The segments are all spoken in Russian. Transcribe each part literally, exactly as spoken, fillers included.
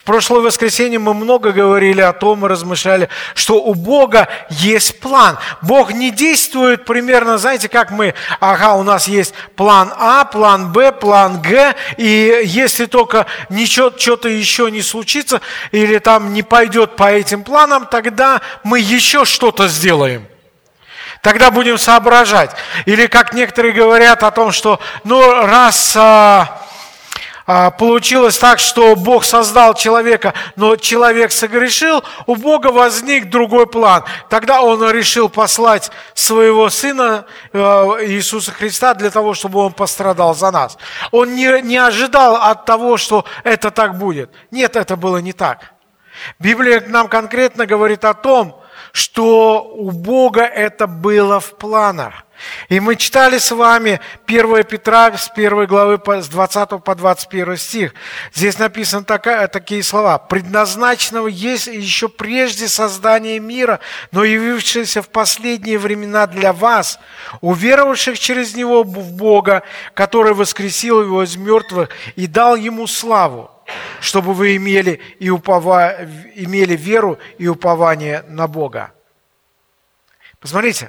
прошлое воскресенье мы много говорили о том и размышляли, что у Бога есть план. Бог не действует примерно, знаете, как мы, ага, у нас есть план А, план Б, план Г, и если только ничего, что-то еще не случится, или там не пойдет по этим планам, тогда мы еще что-то сделаем. Тогда будем соображать. Или как некоторые говорят о том, что ну раз а, а, получилось так, что Бог создал человека, но человек согрешил, у Бога возник другой план. Тогда Он решил послать своего Сына а, Иисуса Христа для того, чтобы Он пострадал за нас. Он не, не ожидал от того, что это так будет. Нет, это было не так. Библия нам конкретно говорит о том, что у Бога это было в планах. И мы читали с вами первое Петра с первой главы с двадцатого по двадцать первый стих. Здесь написаны такая, такие слова. «Предназначенного есть еще прежде создания мира, но явившееся в последние времена для вас, уверовавших через Него в Бога, который воскресил Его из мертвых и дал Ему славу, чтобы вы имели, и упова... имели веру и упование на Бога». Посмотрите,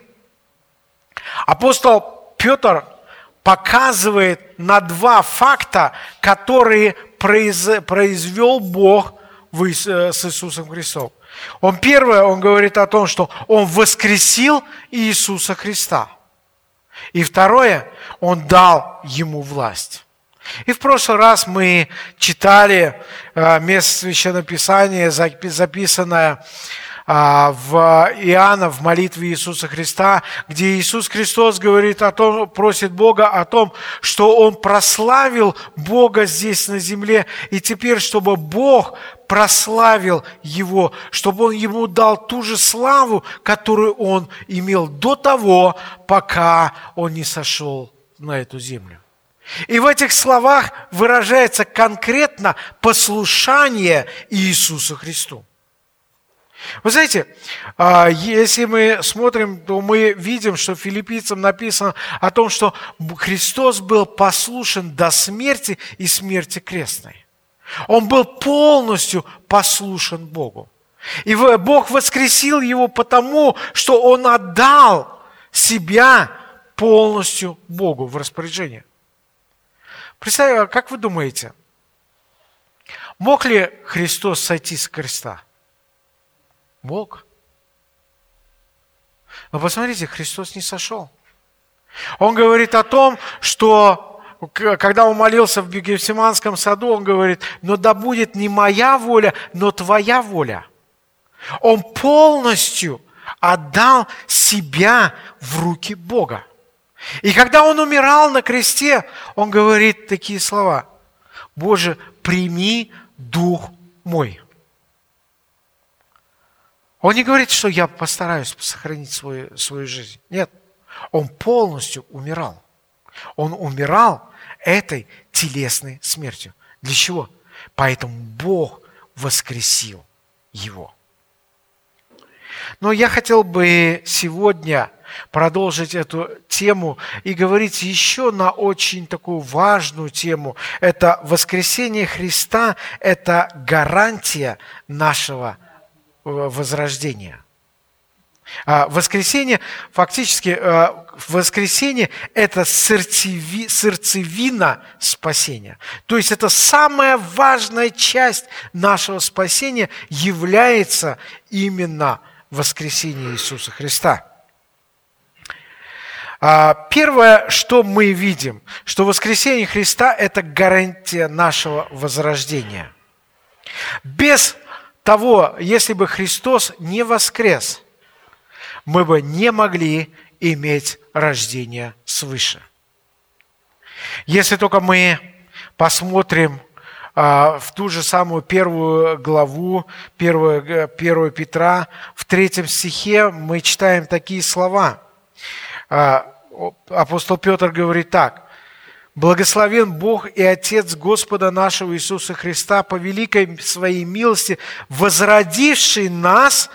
апостол Петр показывает на два факта, которые произ... произвел Бог в... с Иисусом Христом. Он первое, он говорит о том, что Он воскресил Иисуса Христа. И второе, Он дал Ему власть. И в прошлый раз мы читали место Священного Писания, записанное в Иоанна, в молитве Иисуса Христа, где Иисус Христос говорит о том, просит Бога о том, что Он прославил Бога здесь на земле, и теперь, чтобы Бог прославил Его, чтобы Он Ему дал ту же славу, которую Он имел до того, пока Он не сошел на эту землю. И в этих словах выражается конкретно послушание Иисусу Христу. Вы знаете, если мы смотрим, то мы видим, что филиппийцам написано о том, что Христос был послушен до смерти и смерти крестной. Он был полностью послушен Богу. И Бог воскресил Его потому, что Он отдал себя полностью Богу в распоряжение. Представьте, как вы думаете, мог ли Христос сойти с креста? Мог. Но посмотрите, Христос не сошел. Он говорит о том, что когда Он молился в Гефсиманском саду, Он говорит: но да будет не моя воля, но твоя воля. Он полностью отдал себя в руки Бога. И когда Он умирал на кресте, Он говорит такие слова: «Боже, прими дух мой». Он не говорит, что я постараюсь сохранить свою, свою жизнь. Нет, Он полностью умирал. Он умирал этой телесной смертью. Для чего? Поэтому Бог воскресил Его. Но я хотел бы сегодня продолжить эту тему и говорить еще на очень такую важную тему. Это воскресение Христа, это гарантия нашего возрождения. Воскресение, фактически, воскресение – это сердцеви, сердцевина спасения. То есть это самая важная часть нашего спасения является именно воскресение Иисуса Христа. Первое, что мы видим, что воскресение Христа – это гарантия нашего возрождения. Без того, если бы Христос не воскрес, мы бы не могли иметь рождение свыше. Если только мы посмотрим в ту же самую первую главу, первую, первую Петра, в третьем стихе мы читаем такие слова. Апостол Петр говорит так: «Благословен Бог и Отец Господа нашего Иисуса Христа, по великой своей милости, возродивший нас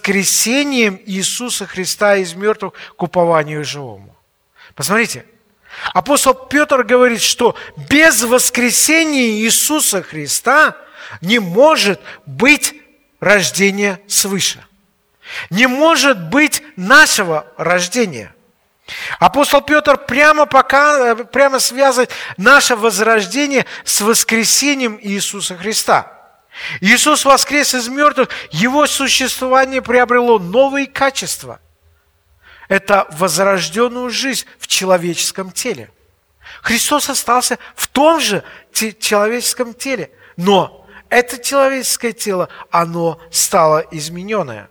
воскресением Иисуса Христа из мертвых к упованию живому». Посмотрите, Апостол Петр говорит, что без воскресения Иисуса Христа не может быть рождения свыше. Не может быть нашего рождения. Апостол Петр прямо, пока, прямо связывает наше возрождение с воскресением Иисуса Христа. Иисус воскрес из мертвых, Его существование приобрело новые качества. Это возрожденную жизнь в человеческом теле. Христос остался в том же человеческом теле, но это человеческое тело, оно стало измененное.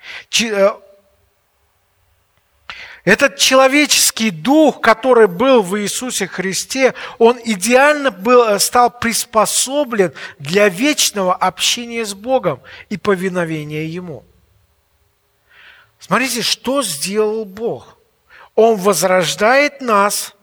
Этот человеческий дух, который был в Иисусе Христе, он идеально был, стал приспособлен для вечного общения с Богом и повиновения Ему. Смотрите, что сделал Бог. Он возрождает нас,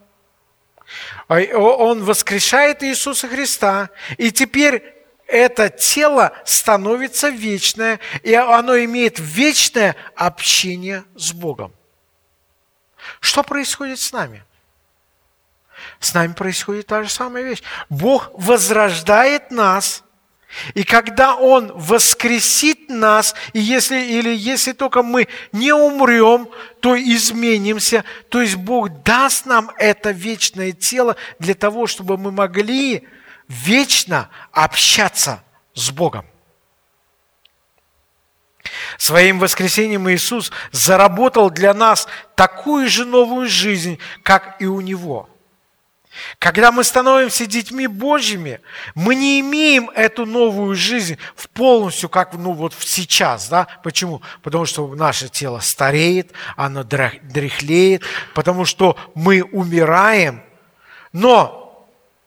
Он воскрешает Иисуса Христа, и теперь это тело становится вечное, и оно имеет вечное общение с Богом. Что происходит с нами? С нами происходит та же самая вещь. Бог возрождает нас, и когда Он воскресит нас, и если, или если только мы не умрем, то изменимся, то есть Бог даст нам это вечное тело для того, чтобы мы могли вечно общаться с Богом. Своим воскресением Иисус заработал для нас такую же новую жизнь, как и у Него. Когда мы становимся детьми Божьими, мы не имеем эту новую жизнь в полностью, как ну, вот сейчас. Да? Почему? Потому что наше тело стареет, оно дряхлеет, потому что мы умираем. Но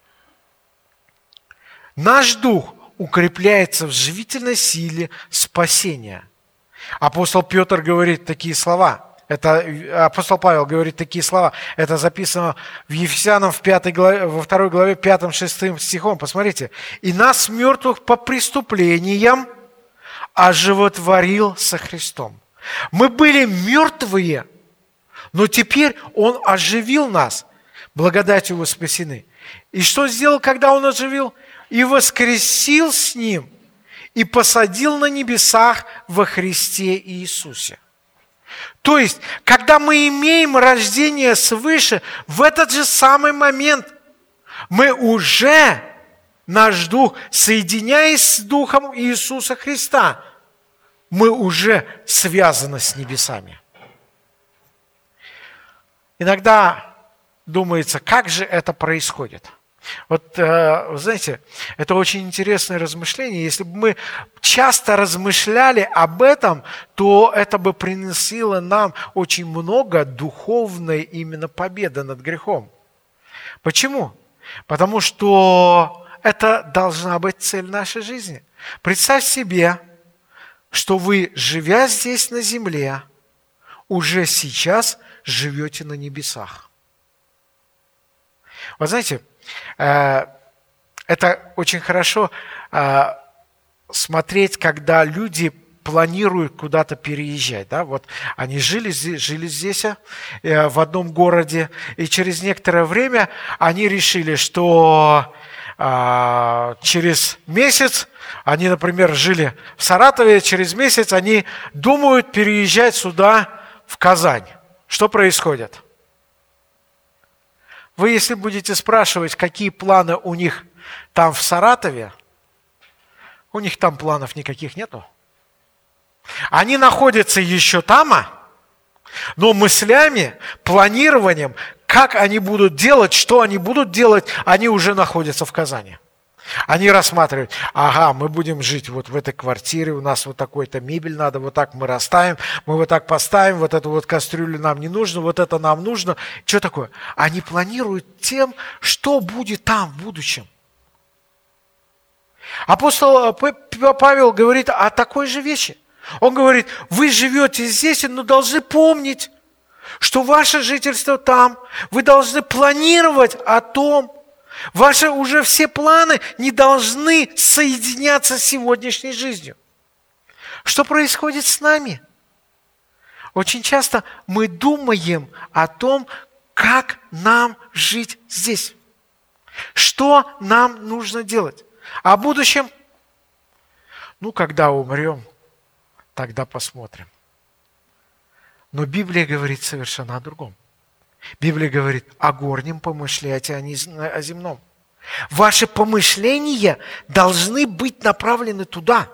наш дух укрепляется в живительной силе спасения. Апостол Петр говорит такие слова. Это апостол Павел говорит такие слова. Это записано в Ефесянам в пятой главе, во второй главе пятым-шестым стихом. Посмотрите. «И нас, мертвых по преступлениям, оживотворил со Христом». Мы были мертвые, но теперь Он оживил нас. Благодатью вы спасены. И что сделал, когда Он оживил? «И воскресил с Ним, и посадил на небесах во Христе Иисусе». То есть, когда мы имеем рождение свыше, в этот же самый момент мы уже, наш дух, соединяясь с Духом Иисуса Христа, мы уже связаны с небесами. Иногда думается, как же это происходит? Вот, вы знаете, это очень интересное размышление. Если бы мы часто размышляли об этом, то это бы приносило нам очень много духовной именно победы над грехом. Почему? Потому что это должна быть цель нашей жизни. Представь себе, что вы, живя здесь на земле, уже сейчас живете на небесах. Вот знаете, это очень хорошо смотреть, когда люди планируют куда-то переезжать. Да? Вот они жили здесь, жили здесь в одном городе, и через некоторое время они решили, что через месяц, они, например, жили в Саратове, через месяц они думают переезжать сюда, в Казань. Что происходит? Вы, если будете спрашивать, какие планы у них там в Саратове, у них там планов никаких нету. Они находятся еще там, но мыслями, планированием, как они будут делать, что они будут делать, они уже находятся в Казани. Они рассматривают, ага, мы будем жить вот в этой квартире, у нас вот такой-то мебель надо, вот так мы расставим, мы вот так поставим, вот эту вот кастрюлю нам не нужно, вот это нам нужно. Что такое? Они планируют тем, что будет там в будущем. Апостол Павел говорит о такой же вещи. Он говорит, вы живете здесь, но должны помнить, что ваше жительство там, вы должны планировать о том, ваши уже все планы не должны соединяться с сегодняшней жизнью. Что происходит с нами? Очень часто мы думаем о том, как нам жить здесь. Что нам нужно делать? А о будущем? Ну, когда умрем, тогда посмотрим. Но Библия говорит совершенно о другом. Библия говорит: о горнем помышляйте, а не о земном. Ваши помышления должны быть направлены туда.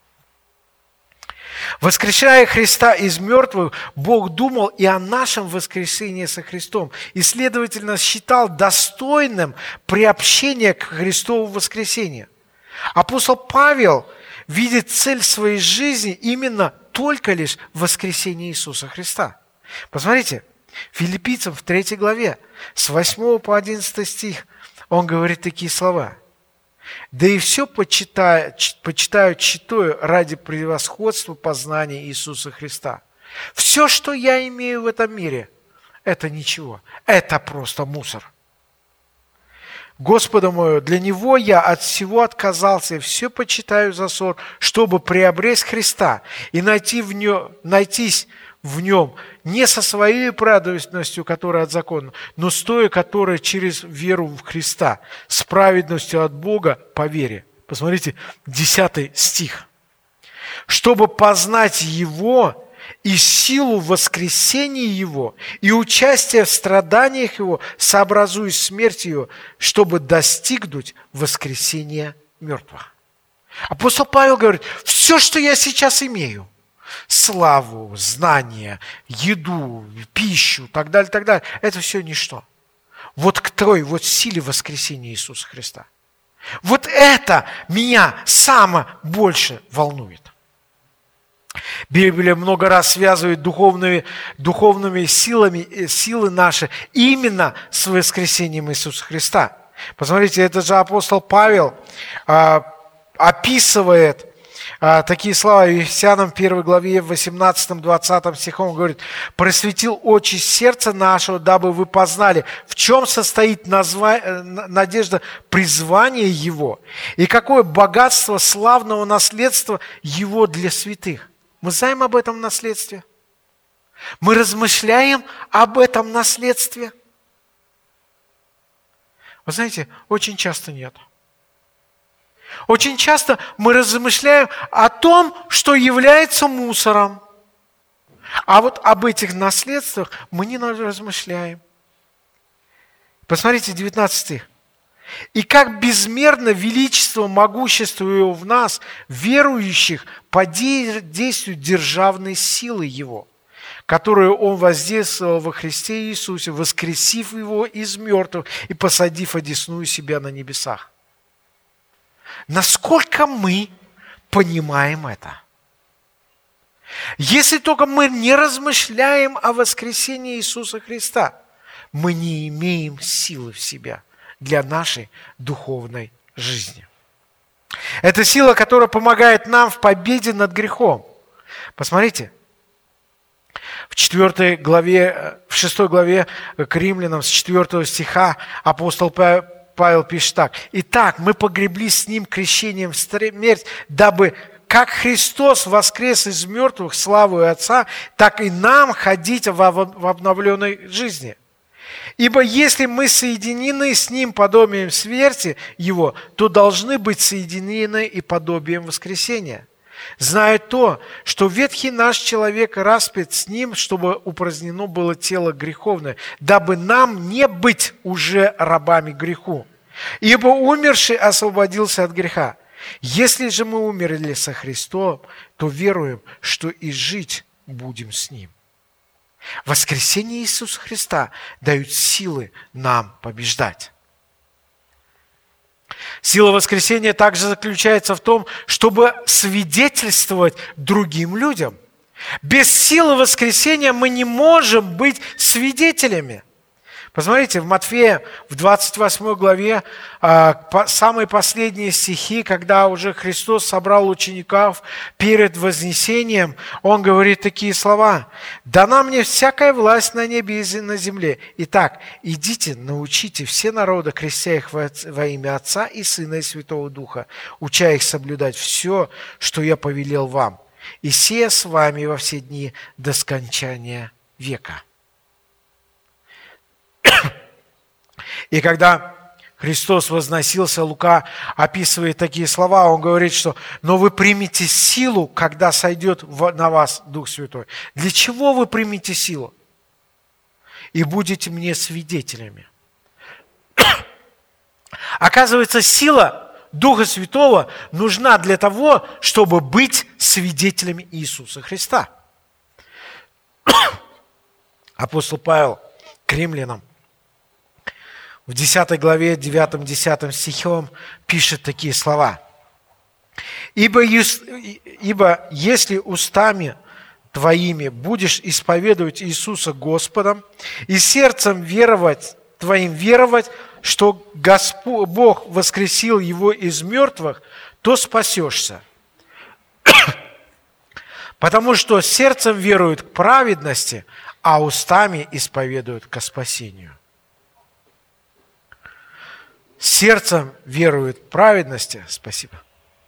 Воскрешая Христа из мертвых, Бог думал и о нашем воскресении со Христом, и, следовательно, считал достойным приобщения к Христову воскресению. Апостол Павел видит цель своей жизни именно только лишь в воскресении Иисуса Христа. Посмотрите, Филиппийцам в третьей главе, с восьмого по одиннадцатый стих, он говорит такие слова: «Да и все почитаю, почитаю, читаю ради превосходства познания Иисуса Христа. Все, что я имею в этом мире, это ничего, это просто мусор. Господа мое, для Него я от всего отказался, и все почитаю за ссор, чтобы приобрести Христа и найти в нем, найтись в Нем не со своей праведностью, которая от закона, но с той, которая через веру в Христа, с праведностью от Бога по вере». Посмотрите, десятый стих. «Чтобы познать Его и силу воскресения Его, и участие в страданиях Его, сообразуясь смерть Его, чтобы достигнуть воскресения мертвых». Апостол Павел говорит: все, что я сейчас имею, славу, знания, еду, пищу, так далее, так далее, это все ничто. Вот к той вот силе воскресения Иисуса Христа. Вот это меня самое больше волнует. Библия много раз связывает духовными, духовными силами, силы наши именно с воскресением Иисуса Христа. Посмотрите, этот же апостол Павел а, описывает а, такие слова в Ефесянам первой главе, восемнадцатом-двадцатом стихом. Он говорит: «Просветил очи сердца нашего, дабы вы познали, в чем состоит назва... надежда призвания Его, и какое богатство славного наследства Его для святых». Мы знаем об этом наследстве? Мы размышляем об этом наследстве? Вы знаете, очень часто нет. Очень часто мы размышляем о том, что является мусором. А вот об этих наследствах мы не размышляем. Посмотрите, девятнадцатый стих. «И как безмерно величество, могущество Его в нас, верующих, по действию державной силы Его, которую Он воздействовал во Христе Иисусе, воскресив Его из мертвых и посадив одесную себя на небесах». Насколько мы понимаем это? Если только мы не размышляем о воскресении Иисуса Христа, мы не имеем силы в себе для нашей духовной жизни. Это сила, которая помогает нам в победе над грехом. Посмотрите, в четвёртой главе, в шестой главе к Римлянам с четвёртого стиха апостол Павел пишет так: «Итак, мы погреблись с Ним крещением в смерть, дабы как Христос воскрес из мертвых славою Отца, так и нам ходить в обновленной жизни. Ибо если мы соединены с Ним подобием смерти Его, то должны быть соединены и подобием воскресения. Зная то, что ветхий наш человек распят с Ним, чтобы упразднено было тело греховное, дабы нам не быть уже рабами греху. Ибо умерший освободился от греха. Если же мы умерли со Христом, то веруем, что и жить будем с Ним». Воскресение Иисуса Христа дает силы нам побеждать. Сила воскресения также заключается в том, чтобы свидетельствовать другим людям. Без силы воскресения мы не можем быть свидетелями. Посмотрите, в Матфея, в двадцать восьмой главе, самые последние стихи, когда уже Христос собрал учеников перед вознесением, Он говорит такие слова: «Дана мне всякая власть на небе и на земле. Итак, идите, научите все народы, крестя их во имя Отца и Сына и Святого Духа, уча их соблюдать все, что я повелел вам, и сея с вами во все дни до скончания века». И когда Христос возносился, Лука описывает такие слова, он говорит, что «но вы примете силу, когда сойдет на вас Дух Святой». Для чего вы примете силу? И будете мне свидетелями. Оказывается, сила Духа Святого нужна для того, чтобы быть свидетелями Иисуса Христа. Апостол Павел к римлянам в десятой главе, девятом-десятом стихе пишет такие слова. «Ибо, ибо если устами твоими будешь исповедовать Иисуса Господом и сердцем веровать, твоим веровать, что Господь, Бог воскресил Его из мертвых, то спасешься. Потому что сердцем веруют к праведности, а устами исповедуют ко спасению». Сердцем веруют к праведности, спасибо,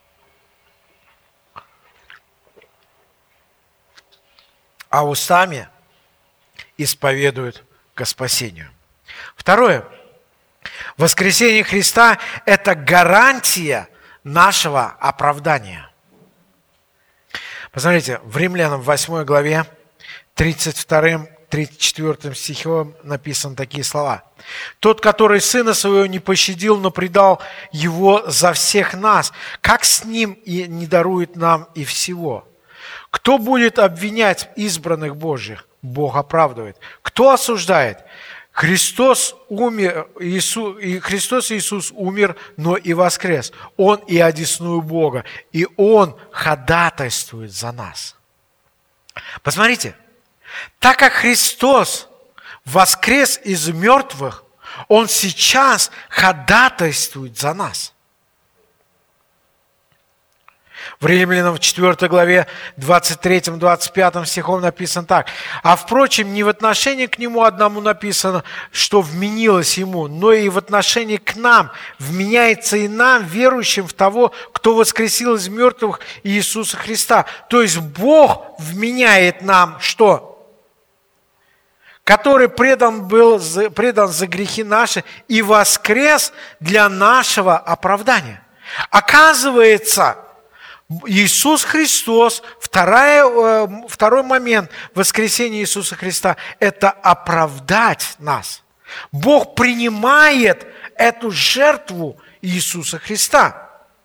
а устами исповедуют ко спасению. Второе. Воскресение Христа – это гарантия нашего оправдания. Посмотрите, в Римлянам восьмой главе, тридцать вторым тридцать четвёртым стихом написаны такие слова. «Тот, который Сына Своего не пощадил, но предал Его за всех нас, как с Ним и не дарует нам и всего? Кто будет обвинять избранных Божьих? Бог оправдывает. Кто осуждает? Христос умер, Иисус, и Христос Иисус умер, но и воскрес. Он и одесную Бога, и Он ходатайствует за нас». Посмотрите, так как Христос воскрес из мертвых, Он сейчас ходатайствует за нас. В Римлянам в четвёртой главе двадцать третьим двадцать пятым стихом написано так. «А впрочем, не в отношении к Нему одному написано, что вменилось Ему, но и в отношении к нам вменяется и нам, верующим в Того, кто воскресил из мертвых Иисуса Христа». То есть Бог вменяет нам что? Который предан был, предан за грехи наши и воскрес для нашего оправдания. Оказывается, Иисус Христос, вторая, второй момент воскресения Иисуса Христа – это оправдать нас. Бог принимает эту жертву Иисуса Христа.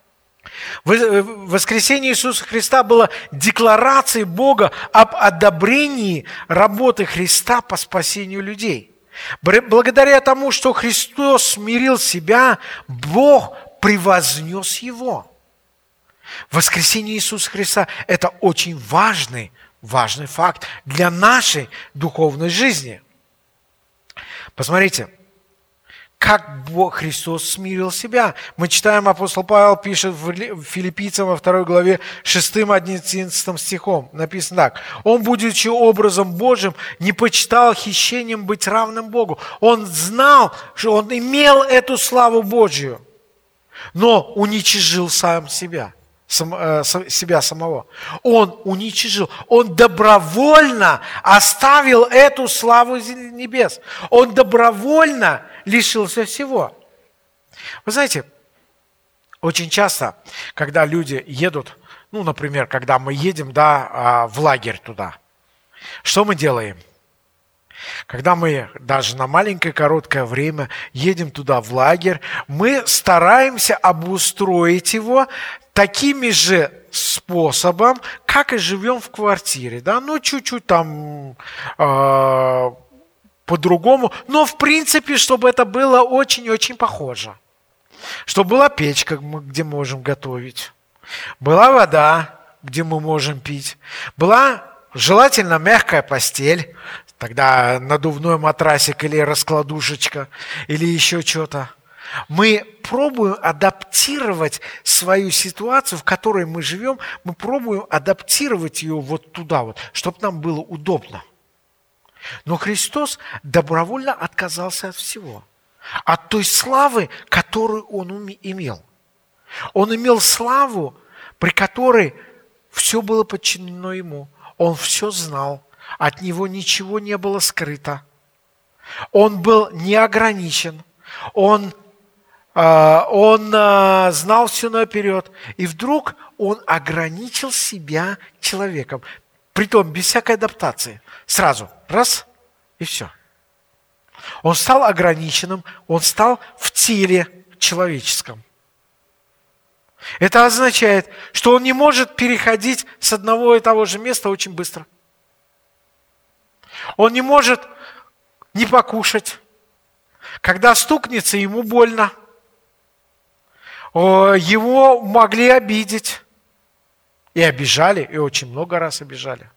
Воскресение Иисуса Христа было декларацией Бога об одобрении работы Христа по спасению людей. Благодаря тому, что Христос смирил себя, Бог превознес Его. Воскресение Иисуса Христа – это очень важный, важный факт для нашей духовной жизни. Посмотрите, как Бог Христос смирил себя. Мы читаем, апостол Павел пишет в Филиппийцам во второй главе шестым одиннадцатым стихом. Написано так. «Он, будучи образом Божьим, не почитал хищением быть равным Богу». Он знал, что он имел эту славу Божью, но уничижил сам себя. Сам, э, себя самого. Он уничижил, он добровольно оставил эту славу небес. Он добровольно лишился всего. Вы знаете, очень часто, когда люди едут, ну, например, когда мы едем, да, в лагерь туда, что мы делаем? Когда мы даже на маленькое короткое время едем туда в лагерь, мы стараемся обустроить его такими же способом, как и живем в квартире. Да? Ну, чуть-чуть там э, по-другому, но в принципе, чтобы это было очень-очень похоже. Чтобы была печка, где мы можем готовить, была вода, где мы можем пить, была желательно мягкая постель, тогда надувной матрасик или раскладушечка, или еще что-то. Мы пробуем адаптировать свою ситуацию, в которой мы живем, мы пробуем адаптировать ее вот туда вот, чтобы нам было удобно. Но Христос добровольно отказался от всего, от той славы, которую Он имел. Он имел славу, при которой все было подчинено Ему. Он все знал, от Него ничего не было скрыто. Он был не ограничен. Он, он знал все наперед. И вдруг он ограничил себя человеком. Притом без всякой адаптации. Сразу. Раз и все. Он стал ограниченным. Он стал в теле человеческом. Это означает, что он не может переходить с одного и того же места очень быстро. Он не может не покушать. Когда стукнется, ему больно. Его могли обидеть. И обижали, и очень много раз обижали.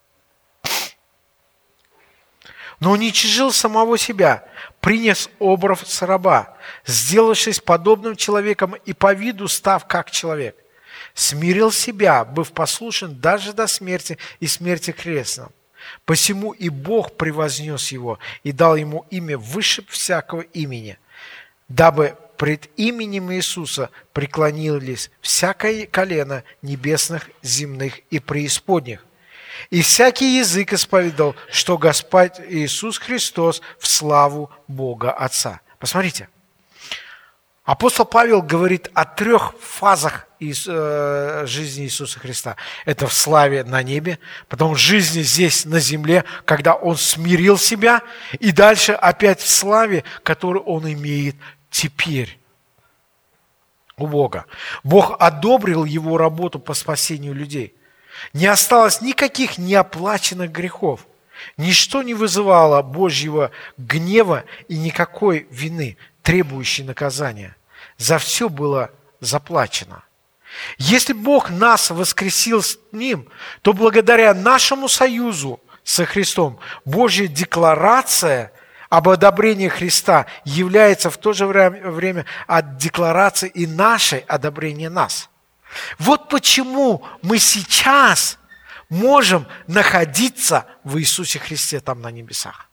Но уничижил самого себя, принес образ раба, сделавшись подобным человеком и по виду став как человек. Смирил себя, быв послушен даже до смерти и смерти крестном. Посему и Бог превознес его и дал ему имя выше всякого имени, дабы пред именем Иисуса преклонились всякое колено небесных, земных и преисподних. И всякий язык исповедал, что Господь Иисус Христос в славу Бога Отца. Посмотрите. Апостол Павел говорит о трех фазах из, э, жизни Иисуса Христа. Это в славе на небе, потом в жизни здесь на земле, когда Он смирил себя, и дальше опять в славе, которую Он имеет теперь у Бога. Бог одобрил Его работу по спасению людей. Не осталось никаких неоплаченных грехов. Ничто не вызывало Божьего гнева и никакой вины, требующей наказания. За все было заплачено. Если Бог нас воскресил с Ним, то благодаря нашему союзу со Христом Божья декларация об одобрении Христа является в то же время от декларации и нашей одобрения нас. Вот почему мы сейчас можем находиться в Иисусе Христе там на небесах.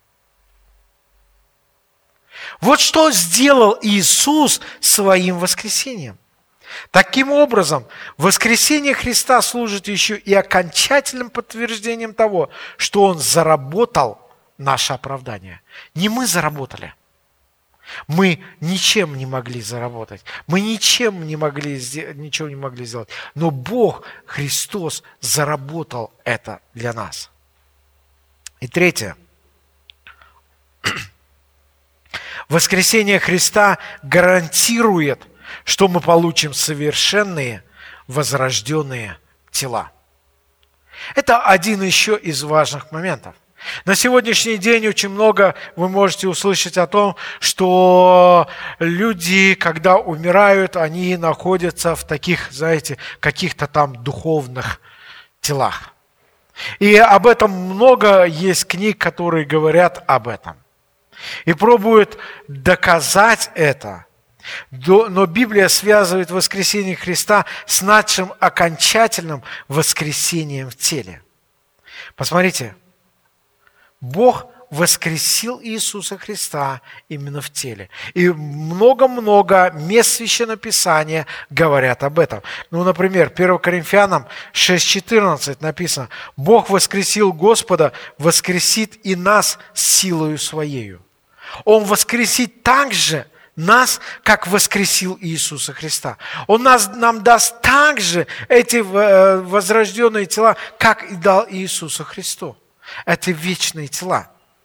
Вот что сделал Иисус своим воскресением. Таким образом, воскресение Христа служит еще и окончательным подтверждением того, что Он заработал наше оправдание. Не мы заработали. Мы ничем не могли заработать. Мы ничем не могли, ничего не могли сделать. Но Бог, Христос, заработал это для нас. И третье. Воскресение Христа гарантирует, что мы получим совершенные, возрожденные тела. Это один еще из важных моментов. На сегодняшний день очень много вы можете услышать о том, что люди, когда умирают, они находятся в таких, знаете, каких-то там духовных телах. И об этом много есть книг, которые говорят об этом. И пробуют доказать это. Но Библия связывает воскресение Христа с нашим окончательным воскресением в теле. Посмотрите. Бог воскресил Иисуса Христа именно в теле. И много-много мест Священного Писания говорят об этом. Ну, например, первое Коринфянам шесть четырнадцать написано: «Бог воскресил Господа, воскресит и нас силою Своею». Он воскресит также нас, как воскресил Иисуса Христа. Он нас, нам даст также эти возрожденные тела, как и дал Иисусу Христу. Это вечные тела.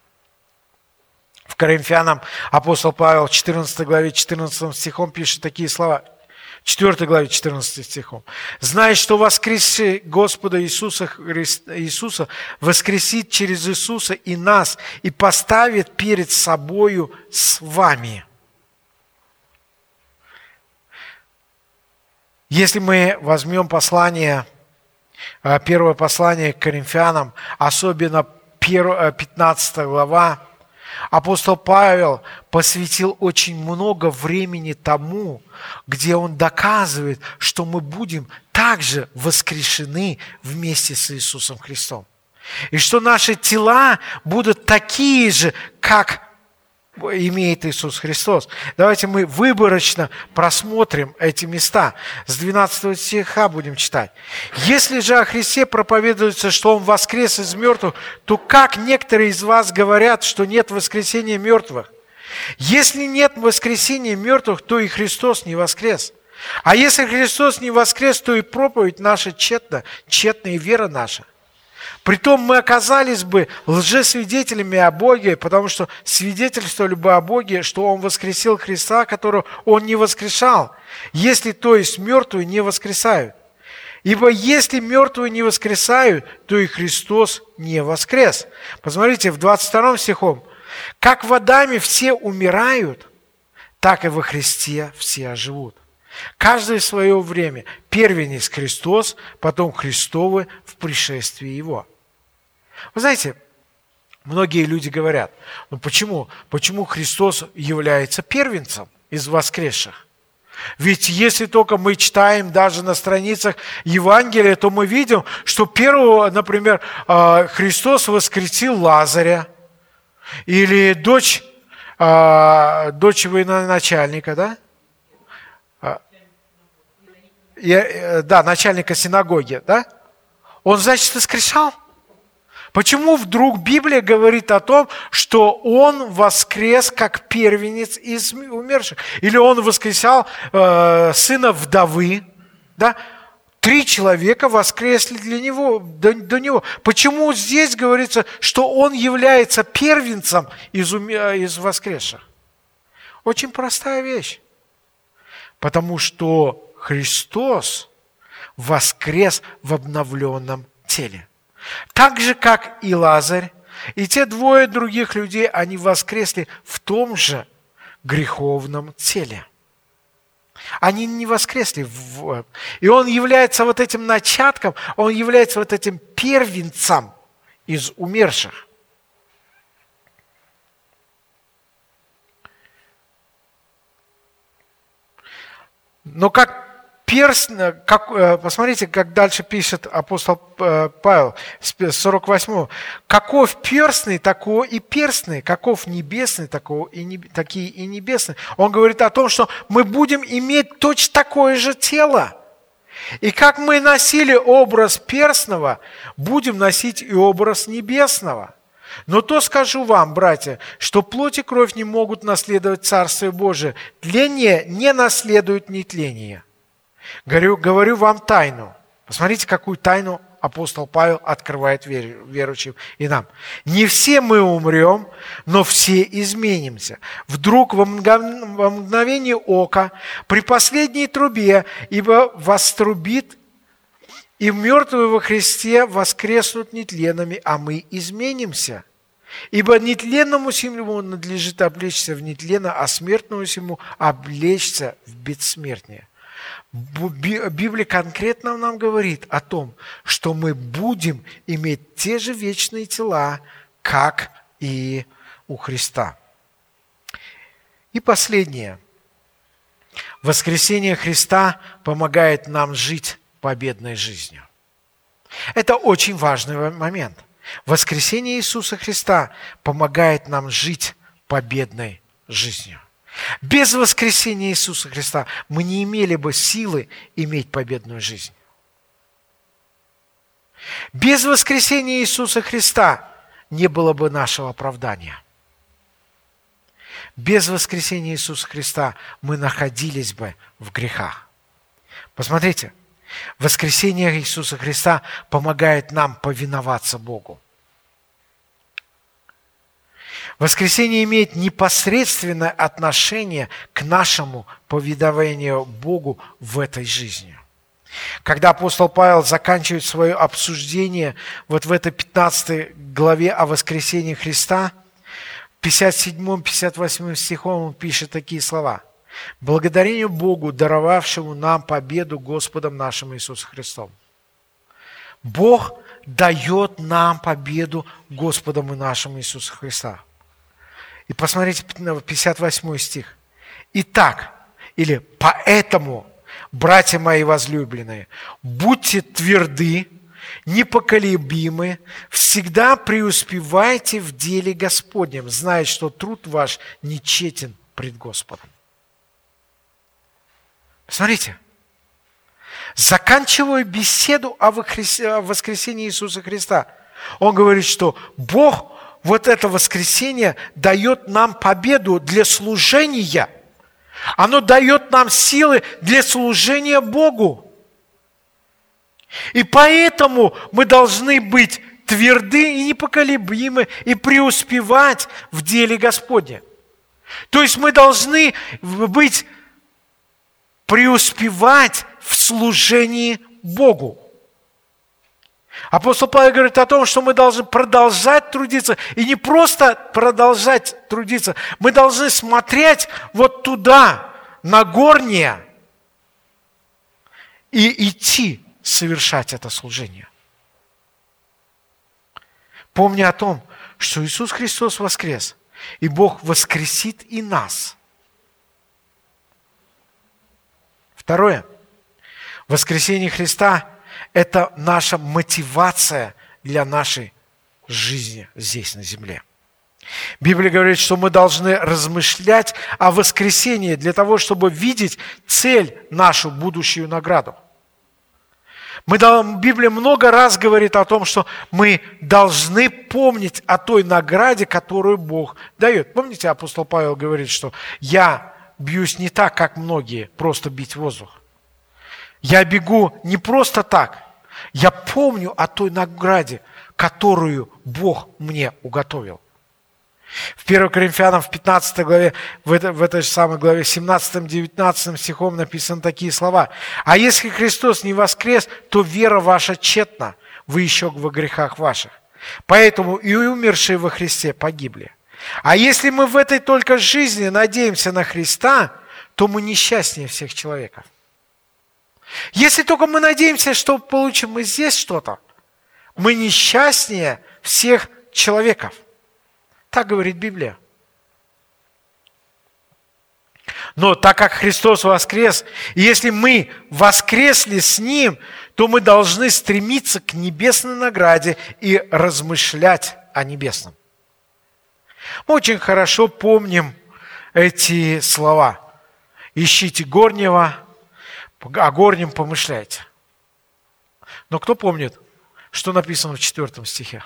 В Коринфянам апостол Павел в четырнадцатой главе четырнадцатым стихом пишет такие слова. четвёртой главе четырнадцатым стихом. «Зная, что воскресший Господа Иисуса, Христа, Иисуса воскресит через Иисуса и нас, и поставит перед собою с вами». Если мы возьмем послание, первое послание к Коринфянам, особенно пятнадцатая глава, апостол Павел посвятил очень много времени тому, где он доказывает, что мы будем также воскрешены вместе с Иисусом Христом. И что наши тела будут такие же, как имеет Иисус Христос. Давайте мы выборочно просмотрим эти места. С двенадцатого стиха будем читать. «Если же о Христе проповедуется, что Он воскрес из мертвых, то как некоторые из вас говорят, что нет воскресения мертвых? Если нет воскресения мертвых, то и Христос не воскрес. А если Христос не воскрес, то и проповедь наша тщетна, тщетна и вера наша. Притом мы оказались бы лжесвидетелями о Боге, потому что свидетельствовали бы о Боге, что Он воскресил Христа, которого Он не воскрешал, если, то есть, мертвые не воскресают. Ибо если мертвые не воскресают, то и Христос не воскрес. Посмотрите, в двадцать втором стихом. «Как в Адаме все умирают, так и во Христе все оживут. Каждый в свое время. Первенец Христос, потом Христовы в пришествии Его». Вы знаете, многие люди говорят, ну почему? Почему Христос является первенцем из воскресших? Ведь если только мы читаем даже на страницах Евангелия, то мы видим, что первого, например, Христос воскресил Лазаря, или дочь, дочь военачальника, да? Да, начальника синагоги, да? Он, значит, воскрешал. Почему вдруг Библия говорит о том, что он воскрес как первенец из умерших? Или он воскресал э, сына вдовы, да? Три человека воскресли для него, до, до него. Почему здесь говорится, что он является первенцем из, из воскресших? Очень простая вещь. Потому что Христос воскрес в обновленном теле. Так же, как и Лазарь, и те двое других людей, они воскресли в том же греховном теле. Они не воскресли. В... И он является вот этим начатком, он является вот этим первенцем из умерших. Но как перст, как, посмотрите, как дальше пишет апостол Павел, сорок восьмого. «Каков перстный, такого и перстный, каков небесный, такого и не, такие и небесные». Он говорит о том, что мы будем иметь точно такое же тело. И как мы носили образ перстного, будем носить и образ небесного. Но то скажу вам, братья, что плоть и кровь не могут наследовать Царствие Божие. Тление не наследует нетление. Говорю, говорю вам тайну. Посмотрите, какую тайну апостол Павел открывает верующим и нам. Не все мы умрем, но все изменимся. Вдруг во мгновение ока, при последней трубе, ибо вострубит, и мертвые во Христе воскреснут нетленными, а мы изменимся. Ибо нетленному сему надлежит облечься в нетленно, а смертному сему облечься в бессмертие. Библия конкретно нам говорит о том, что мы будем иметь те же вечные тела, как и у Христа. И последнее. Воскресение Христа помогает нам жить победной жизнью. Это очень важный момент. Воскресение Иисуса Христа помогает нам жить победной жизнью. Без воскресения Иисуса Христа мы не имели бы силы иметь победную жизнь. Без воскресения Иисуса Христа не было бы нашего оправдания. Без воскресения Иисуса Христа мы находились бы в грехах. Посмотрите, воскресение Иисуса Христа помогает нам повиноваться Богу. Воскресение имеет непосредственное отношение к нашему повиновению Богу в этой жизни. Когда апостол Павел заканчивает свое обсуждение вот в этой пятнадцатой главе о воскресении Христа, в пятьдесят седьмом — пятьдесят восьмом стихом он пишет такие слова. «Благодарение Богу, даровавшему нам победу Господом нашим Иисусом Христом». Бог дает нам победу Господом и нашим Иисусом Христом. И посмотрите, пятьдесят восьмой стих. «Итак, или поэтому, братья мои возлюбленные, будьте тверды, непоколебимы, всегда преуспевайте в деле Господнем, зная, что труд ваш нечетен пред Господом». Смотрите, заканчивая беседу о воскресении Иисуса Христа, он говорит, что Бог вот это воскресение дает нам победу для служения. Оно дает нам силы для служения Богу. И поэтому мы должны быть тверды и непоколебимы и преуспевать в деле Господне. То есть мы должны быть, преуспевать в служении Богу. Апостол Павел говорит о том, что мы должны продолжать трудиться. И не просто продолжать трудиться. Мы должны смотреть вот туда, на горнее, и идти совершать это служение. Помня о том, что Иисус Христос воскрес, и Бог воскресит и нас. Второе. Воскресение Христа – это наша мотивация для нашей жизни здесь, на земле. Библия говорит, что мы должны размышлять о воскресении для того, чтобы видеть цель, нашу будущую награду. Мы, Библия много раз говорит о том, что мы должны помнить о той награде, которую Бог дает. Помните, апостол Павел говорит, что я бьюсь не так, как многие, просто бить воздух. Я бегу не просто так. Я помню о той награде, которую Бог мне уготовил. В первом Коринфянам, в пятнадцатой главе, в, это, в этой же самой главе, семнадцатым-девятнадцатым стихом написаны такие слова. «А если Христос не воскрес, то вера ваша тщетна, вы еще во грехах ваших. Поэтому и умершие во Христе погибли. А если мы в этой только жизни надеемся на Христа, то мы несчастнее всех человеков». Если только мы надеемся, что получим мы здесь что-то, мы несчастнее всех человеков. Так говорит Библия. Но так как Христос воскрес, и если мы воскресли с Ним, то мы должны стремиться к небесной награде и размышлять о небесном. Мы очень хорошо помним эти слова. «Ищите горнего, о горнем помышляйте». Но кто помнит, что написано в четвертом стихе?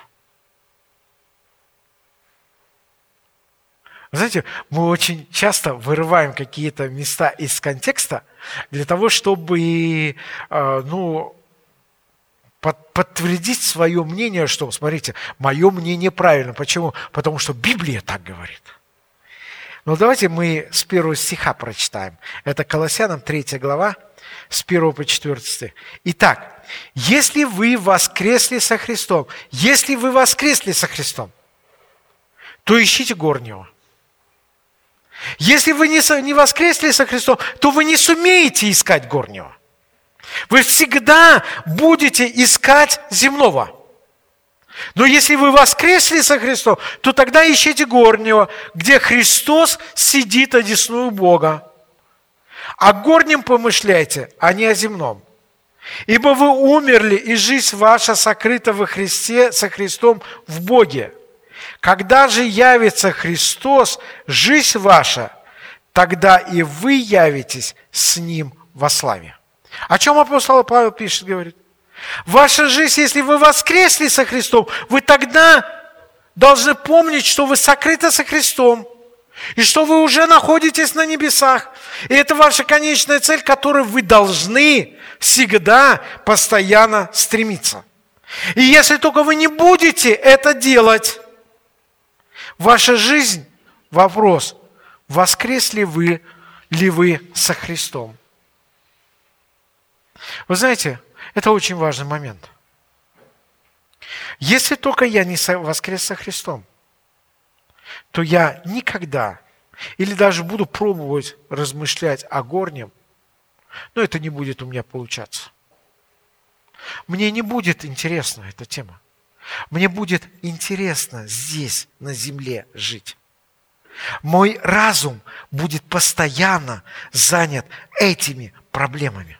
Знаете, мы очень часто вырываем какие-то места из контекста для того, чтобы ну, под, подтвердить свое мнение, что, смотрите, мое мнение правильно. Почему? Потому что Библия так говорит. Но давайте мы с первого стиха прочитаем. Это Колоссянам третья глава, с первого по четвёртый стих. Итак, если вы воскресли со Христом, если вы воскресли со Христом, то ищите горнего. Если вы не воскресли со Христом, то вы не сумеете искать горнего. Вы всегда будете искать земного. Но если вы воскресли со Христом, то тогда ищите горнего, где Христос сидит одесную Бога. О горнем помышляйте, а не о земном. Ибо вы умерли, и жизнь ваша сокрыта во Христе, со Христом в Боге. Когда же явится Христос, жизнь ваша, тогда и вы явитесь с Ним во славе. О чем апостол Павел пишет, говорит? Ваша жизнь, если вы воскресли со Христом, вы тогда должны помнить, что вы сокрыты со Христом, и что вы уже находитесь на небесах. И это ваша конечная цель, к которой вы должны всегда, постоянно стремиться. И если только вы не будете это делать, ваша жизнь, вопрос, воскресли вы ли вы со Христом? Вы знаете, это очень важный момент. Если только я не воскрес со Христом, то я никогда, или даже буду пробовать размышлять о горнем, но это не будет у меня получаться. Мне не будет интересна эта тема. Мне будет интересно здесь, на земле, жить. Мой разум будет постоянно занят этими проблемами.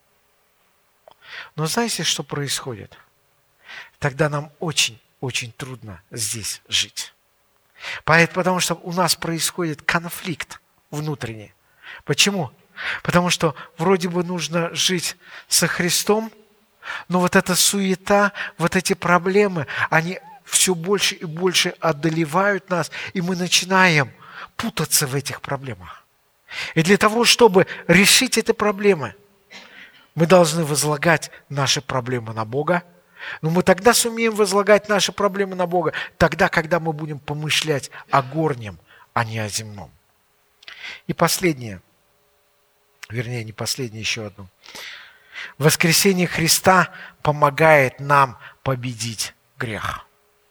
Но знаете, что происходит? Тогда нам очень-очень трудно здесь жить. Потому что у нас происходит конфликт внутренний. Почему? Потому что вроде бы нужно жить со Христом, но вот эта суета, вот эти проблемы, они все больше и больше одолевают нас, и мы начинаем путаться в этих проблемах. И для того, чтобы решить эти проблемы, мы должны возлагать наши проблемы на Бога. Но мы тогда сумеем возлагать наши проблемы на Бога, тогда, когда мы будем помышлять о горнем, а не о земном. И последнее, вернее, не последнее, еще одно. Воскресение Христа помогает нам победить грех.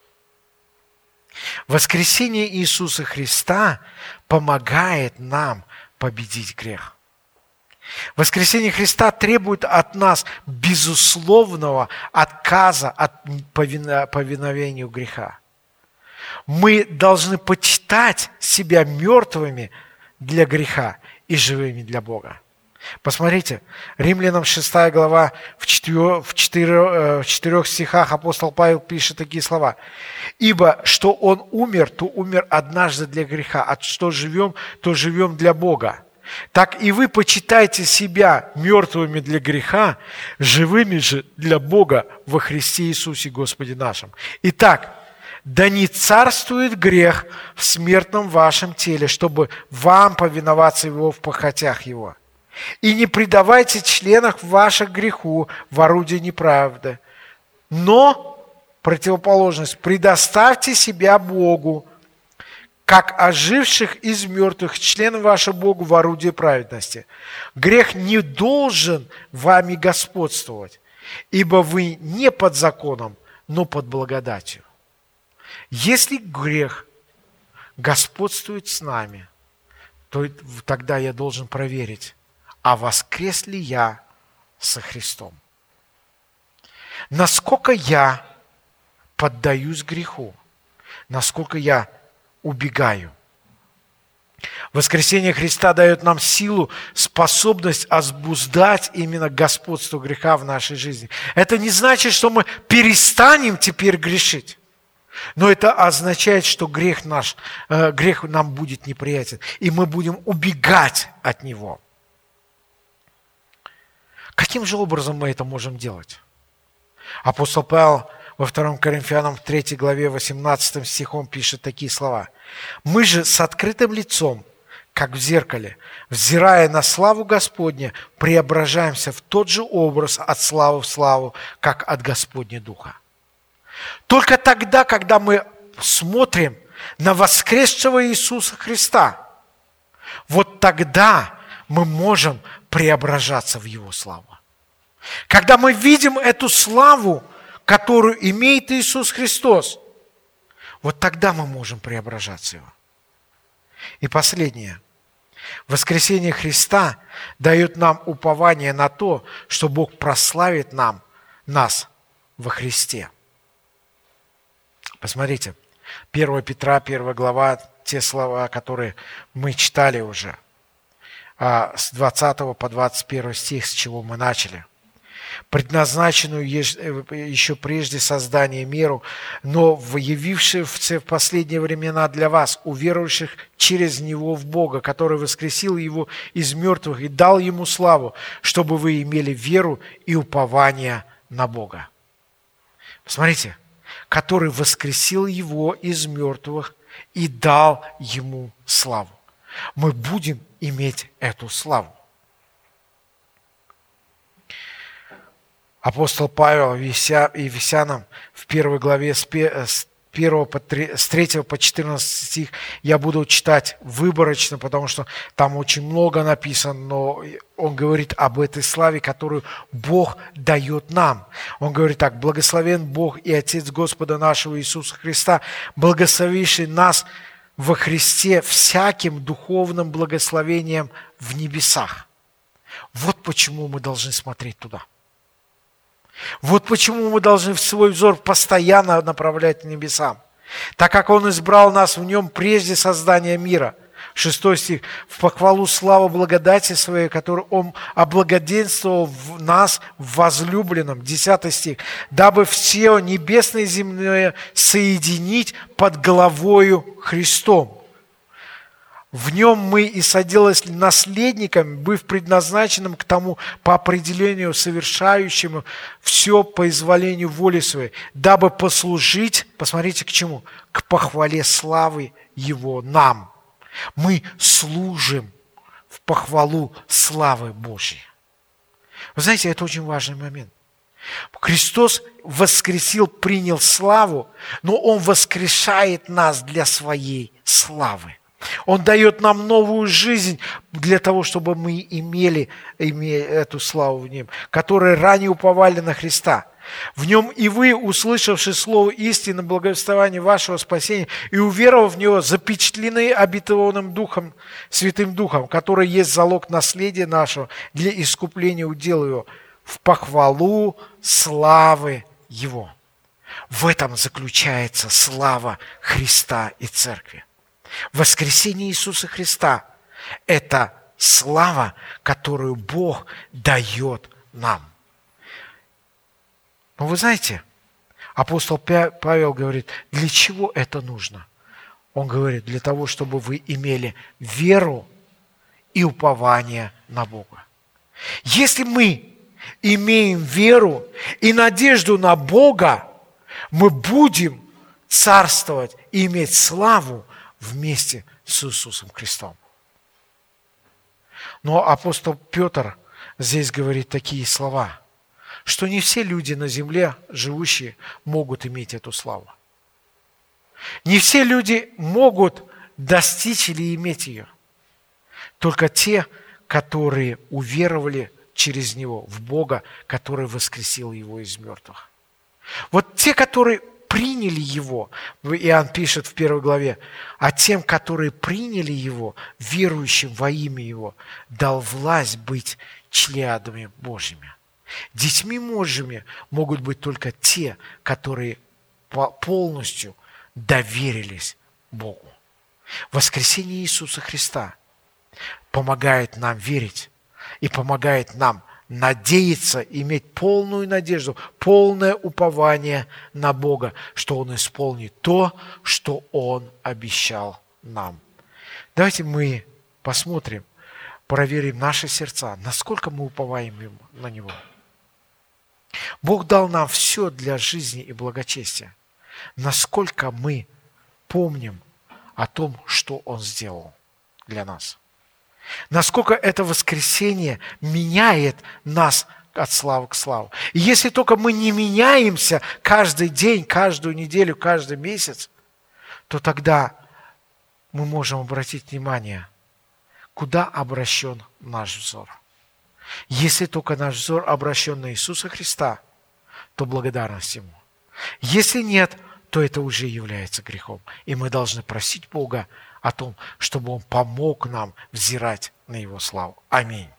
Воскресение Иисуса Христа помогает нам победить грех. Воскресение Христа требует от нас безусловного отказа от повиновению греха. Мы должны почитать себя мертвыми для греха и живыми для Бога. Посмотрите, Римлянам шестая глава, в четырех, в, четырех, в четырех стихах апостол Павел пишет такие слова. «Ибо что Он умер, то умер однажды для греха, а что живем, то живем для Бога. Так и вы почитайте себя мертвыми для греха, живыми же для Бога во Христе Иисусе Господе нашим. Итак, да не царствует грех в смертном вашем теле, чтобы вам повиноваться Его в похотях Его. И не предавайте членах ваших греху в орудие неправды, но, противоположность, предоставьте себя Богу, как оживших из мертвых членов вашего Богу в орудие праведности. Грех не должен вами господствовать, ибо вы не под законом, но под благодатью. Если грех господствует с нами, то тогда я должен проверить, а воскрес ли я со Христом? Насколько я поддаюсь греху? Насколько я убегаю? Воскресение Христа дает нам силу, способность обуздать именно господство греха в нашей жизни. Это не значит, что мы перестанем теперь грешить. Но это означает, что грех наш, э, грех нам будет неприятен, и мы будем убегать от него. Каким же образом мы это можем делать? Апостол Павел во втором Коринфянам в третьей главе восемнадцатым стихом пишет такие слова. «Мы же с открытым лицом, как в зеркале, взирая на славу Господня, преображаемся в тот же образ от славы в славу, как от Господня Духа». Только тогда, когда мы смотрим на воскресшего Иисуса Христа, вот тогда мы можем преображаться в Его славу. Когда мы видим эту славу, которую имеет Иисус Христос, вот тогда мы можем преображаться в Его. И последнее. Воскресение Христа дает нам упование на то, что Бог прославит нам, нас во Христе. Посмотрите, первое Петра, первая глава, те слова, которые мы читали уже, с двадцатого по двадцать первый стих, с чего мы начали. «Предназначенную еще прежде создания миру, но явившуюся в последние времена для вас, уверовавших через Него в Бога, который воскресил Его из мертвых и дал Ему славу, чтобы вы имели веру и упование на Бога». Посмотрите, который воскресил Его из мертвых и дал Ему славу. Мы будем иметь эту славу. Апостол Павел Ефесянам в первой главе с третьего по четырнадцатый стих я буду читать выборочно, потому что там очень много написано, но он говорит об этой славе, которую Бог дает нам. Он говорит так: «Благословен Бог и Отец Господа нашего Иисуса Христа, благословивший нас во Христе всяким духовным благословением в небесах». Вот почему мы должны смотреть туда. Вот почему мы должны свой взор постоянно направлять к небесам. Так как Он избрал нас в Нем прежде создания мира. Шестой стих. «В похвалу славы благодати Своей, которую Он облагоденствовал в нас в возлюбленном». Десятый стих. «Дабы все небесное и земное соединить под головою Христом». В нем мы и соделались наследниками, быв предназначенным к тому по определению совершающему все по изволению воли своей, дабы послужить, посмотрите к чему, к похвале славы Его нам. Мы служим в похвалу славы Божьей. Вы знаете, это очень важный момент. Христос воскресил, принял славу, но Он воскрешает нас для Своей славы. Он дает нам новую жизнь для того, чтобы мы имели, имели эту славу в Нем, которые ранее уповали на Христа. В Нем и вы, услышавши слово истины, благовествования вашего спасения, и уверовав в Него, запечатлены обетованным Духом, Святым Духом, который есть залог наследия нашего для искупления удела Его, в похвалу славы Его. В этом заключается слава Христа и Церкви. Воскресение Иисуса Христа – это слава, которую Бог дает нам. Но вы знаете, апостол Павел говорит, для чего это нужно? Он говорит, для того, чтобы вы имели веру и упование на Бога. Если мы имеем веру и надежду на Бога, мы будем царствовать и иметь славу вместе с Иисусом Христом. Но апостол Петр здесь говорит такие слова, что не все люди на земле, живущие, могут иметь эту славу. Не все люди могут достичь или иметь ее. Только те, которые уверовали через Него в Бога, который воскресил Его из мертвых. Вот те, которые приняли Его, Иоанн пишет в первой главе, а тем, которые приняли Его, верующим во имя Его, дал власть быть членами Божьими. Детьми Божьими могут быть только те, которые полностью доверились Богу. Воскресение Иисуса Христа помогает нам верить и помогает нам надеяться, иметь полную надежду, полное упование на Бога, что Он исполнит то, что Он обещал нам. Давайте мы посмотрим, проверим наши сердца, насколько мы уповаем на Него. Бог дал нам все для жизни и благочестия. Насколько мы помним о том, что Он сделал для нас. Насколько это воскресение меняет нас от славы к славе. И если только мы не меняемся каждый день, каждую неделю, каждый месяц, то тогда мы можем обратить внимание, куда обращен наш взор. Если только наш взор обращен на Иисуса Христа, то благодарность Ему. Если нет, то это уже является грехом. И мы должны просить Бога о том, чтобы Он помог нам взирать на Его славу. Аминь.